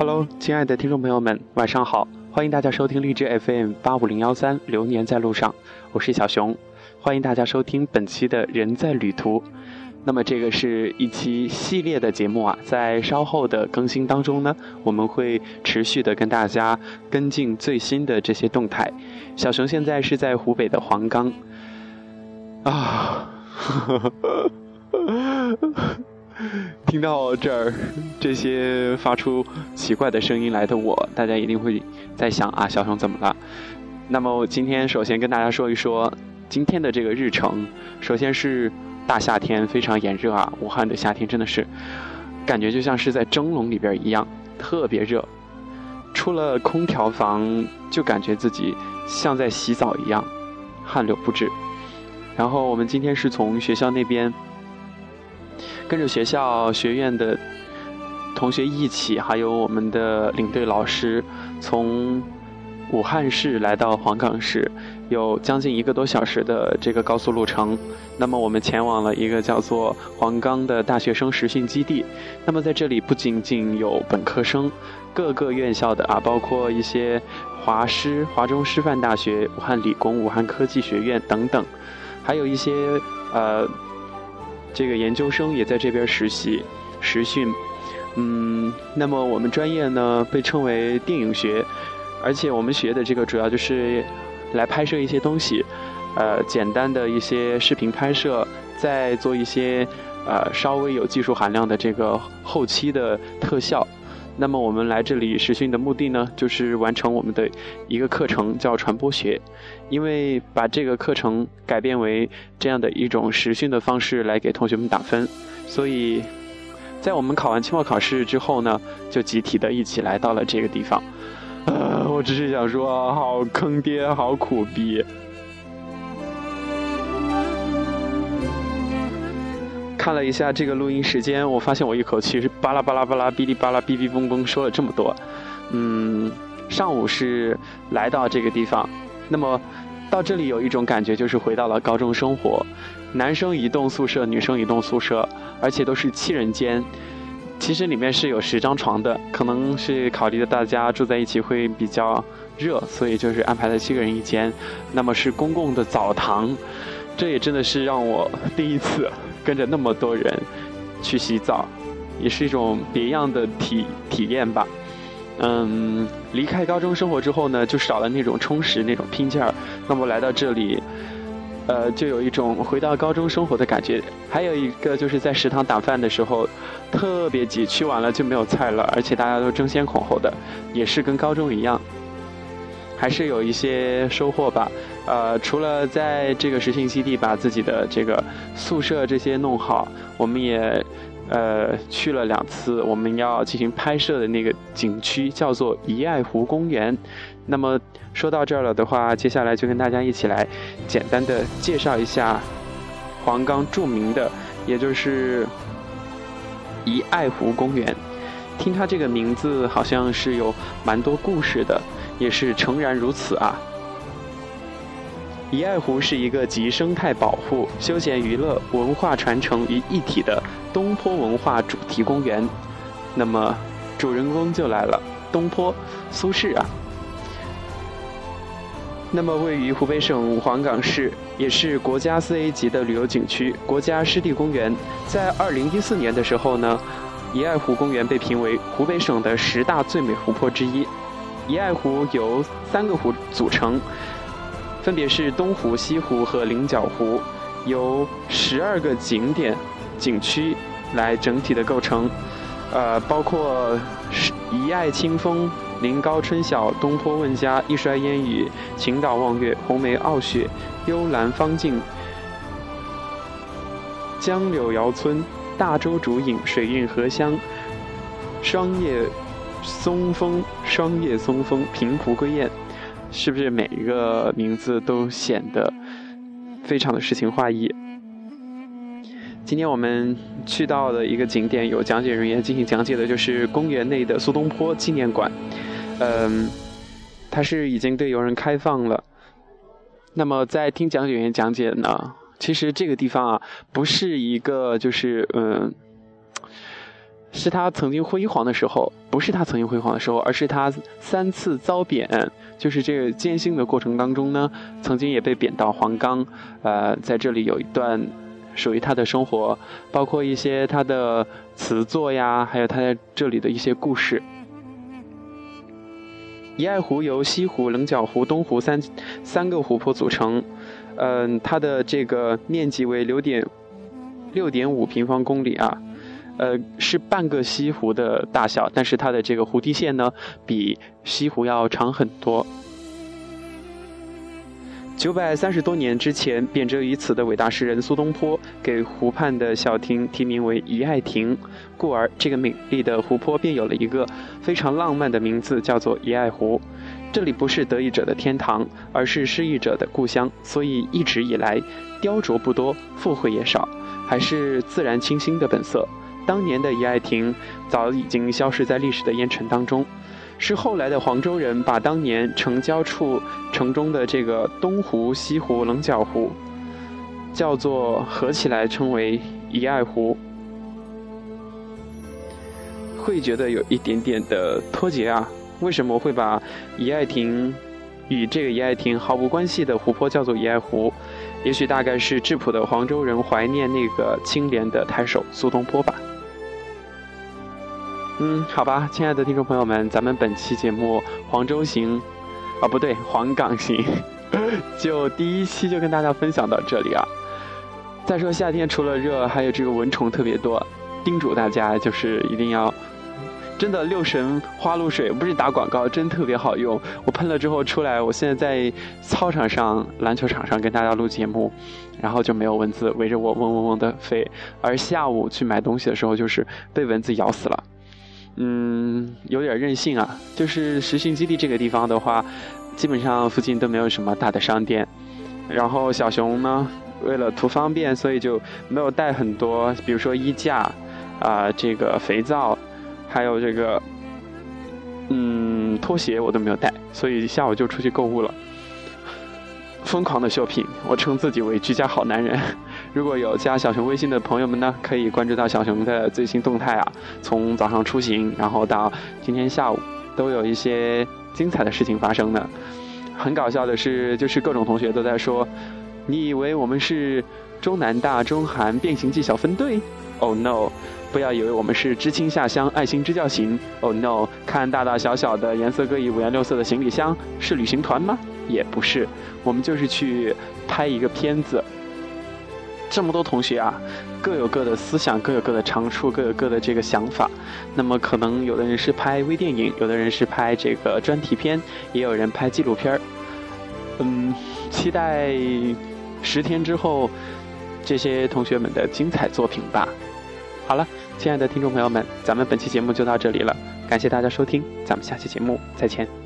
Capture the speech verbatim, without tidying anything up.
Hello， 亲爱的听众朋友们，晚上好！欢迎大家收听荔枝 F M 八五零一三，流年在路上，我是小熊，欢迎大家收听本期的人在旅途。那么这个是一期系列的节目啊，在稍后的更新当中呢，我们会持续的跟大家跟进最新的这些动态。小熊现在是在湖北的黄冈啊。听到这儿这些发出奇怪的声音来的我，大家一定会在想啊，小熊怎么了？那么我今天首先跟大家说一说今天的这个日程。首先是大夏天，非常炎热啊，武汉的夏天真的是感觉就像是在蒸笼里边一样，特别热，出了空调房就感觉自己像在洗澡一样，汗流不止。然后我们今天是从学校那边跟着学校学院的同学一起，还有我们的领队老师，从武汉市来到黄冈市，有将近一个多小时的这个高速路程。那么我们前往了一个叫做黄冈的大学生实训基地。那么在这里不仅仅有本科生，各个院校的啊，包括一些华师、华中师范大学、武汉理工、武汉科技学院等等，还有一些呃这个研究生也在这边实习实训。嗯，那么我们专业呢被称为电影学，而且我们学的这个主要就是来拍摄一些东西，呃，简单的一些视频拍摄，再做一些呃稍微有技术含量的这个后期的特效。那么我们来这里实训的目的呢，就是完成我们的一个课程，叫传播学。因为把这个课程改变为这样的一种实训的方式来给同学们打分，所以在我们考完期末考试之后呢，就集体的一起来到了这个地方。呃，我只是想说，好坑爹，好苦逼。看了一下这个录音时间，我发现我一口气是巴拉巴拉巴拉哔哩巴拉哔哔嘣嘣说了这么多。嗯，上午是来到这个地方，那么到这里有一种感觉，就是回到了高中生活。男生一栋宿舍，女生一栋宿舍，而且都是七人间。其实里面是有十张床的，可能是考虑的大家住在一起会比较热，所以就是安排了七个人一间。那么是公共的澡堂，这也真的是让我第一次跟着那么多人去洗澡，也是一种别样的体体验吧。嗯，离开高中生活之后呢，就少了那种充实，那种拼劲儿。那么来到这里，呃，就有一种回到高中生活的感觉。还有一个就是在食堂打饭的时候，特别挤，去晚了就没有菜了，而且大家都争先恐后的，也是跟高中一样，还是有一些收获吧。呃，除了在这个实训基地把自己的这个宿舍这些弄好，我们也呃去了两次我们要进行拍摄的那个景区，叫做遗爱湖公园。那么说到这儿了的话，接下来就跟大家一起来简单的介绍一下黄冈著名的，也就是遗爱湖公园。听它这个名字好像是有蛮多故事的，也是诚然如此啊。遗爱湖是一个集生态保护、休闲娱乐、文化传承于一体的东坡文化主题公园。那么主人公就来了，东坡苏轼啊。那么位于湖北省黄冈市，也是国家四 A 级的旅游景区、国家湿地公园。在二零一四年的时候呢，遗爱湖公园被评为湖北省的十大最美湖泊之一。遗爱湖由三个湖组成，分别是东湖、西湖和菱角湖，由十二个景点景区来整体的构成，呃，包括遗爱清风、临高春晓、东坡问家、一衰烟雨、秦岛望月、红梅傲雪、幽兰芳径、江柳遥村、大洲竹影、水韵荷香、霜叶松风、霜叶松风、平湖归雁。是不是每一个名字都显得非常的诗情画意？今天我们去到的一个景点，有讲解人员进行讲解的，就是公园内的苏东坡纪念馆。嗯，它是已经对游人开放了。那么在听讲解员讲解呢，其实这个地方啊，不是一个就是嗯是他曾经辉煌的时候，不是他曾经辉煌的时候，而是他三次遭贬，就是这个艰辛的过程当中呢，曾经也被贬到黄冈。呃，在这里有一段属于他的生活，包括一些他的词作呀，还有他在这里的一些故事。遗爱湖由西湖、棱角湖、东湖三三个湖泊组成，嗯、呃，它的这个面积为六点六点五平方公里啊，呃，是半个西湖的大小，但是它的这个湖堤线呢，比西湖要长很多。九百三十多年之前，贬谪于此的伟大诗人苏东坡给湖畔的小亭题名为遗爱亭，故而这个美丽的湖泊便有了一个非常浪漫的名字，叫做遗爱湖。这里不是得意者的天堂，而是失意者的故乡，所以一直以来雕琢不多，附会也少，还是自然清新的本色。当年的遗爱亭早已经消失在历史的烟尘当中，是后来的黄州人把当年城郊处城中的这个东湖、西湖、棱角湖叫做合起来称为遗爱湖，会觉得有一点点的脱节啊。为什么会把遗爱亭与这个遗爱亭毫无关系的湖泊叫做遗爱湖？也许大概是质朴的黄州人怀念那个清廉的太守苏东坡吧。嗯，好吧，亲爱的听众朋友们，咱们本期节目黄州行，啊不对，黄冈行，就第一期就跟大家分享到这里啊。再说夏天除了热，还有这个蚊虫特别多，叮嘱大家就是一定要，真的六神花露水不是打广告，真特别好用。我喷了之后出来，我现在在操场上、篮球场上跟大家录节目，然后就没有蚊子围着我嗡嗡嗡的飞，而下午去买东西的时候，就是被蚊子咬死了。嗯，有点任性啊。就是实训基地这个地方的话，基本上附近都没有什么大的商店，然后小熊呢，为了图方便，所以就没有带很多，比如说衣架啊、呃，这个肥皂，还有这个嗯拖鞋我都没有带，所以下午就出去购物了，疯狂的秀品。我称自己为居家好男人。如果有加小熊微信的朋友们呢，可以关注到小熊的最新动态啊，从早上出行，然后到今天下午，都有一些精彩的事情发生的。很搞笑的是，就是各种同学都在说，你以为我们是中南大中韩变形记小分队 ？Oh no！ 不要以为我们是知青下乡爱心支教行 ！Oh no！ 看大大小小的颜色各异、五颜六色的行李箱，是旅行团吗？也不是，我们就是去拍一个片子。这么多同学啊，各有各的思想，各有各的长处，各有各的这个想法。那么可能有的人是拍微电影，有的人是拍这个专题片，也有人拍纪录片。嗯，期待十天之后这些同学们的精彩作品吧。好了，亲爱的听众朋友们，咱们本期节目就到这里了，感谢大家收听，咱们下期节目再见。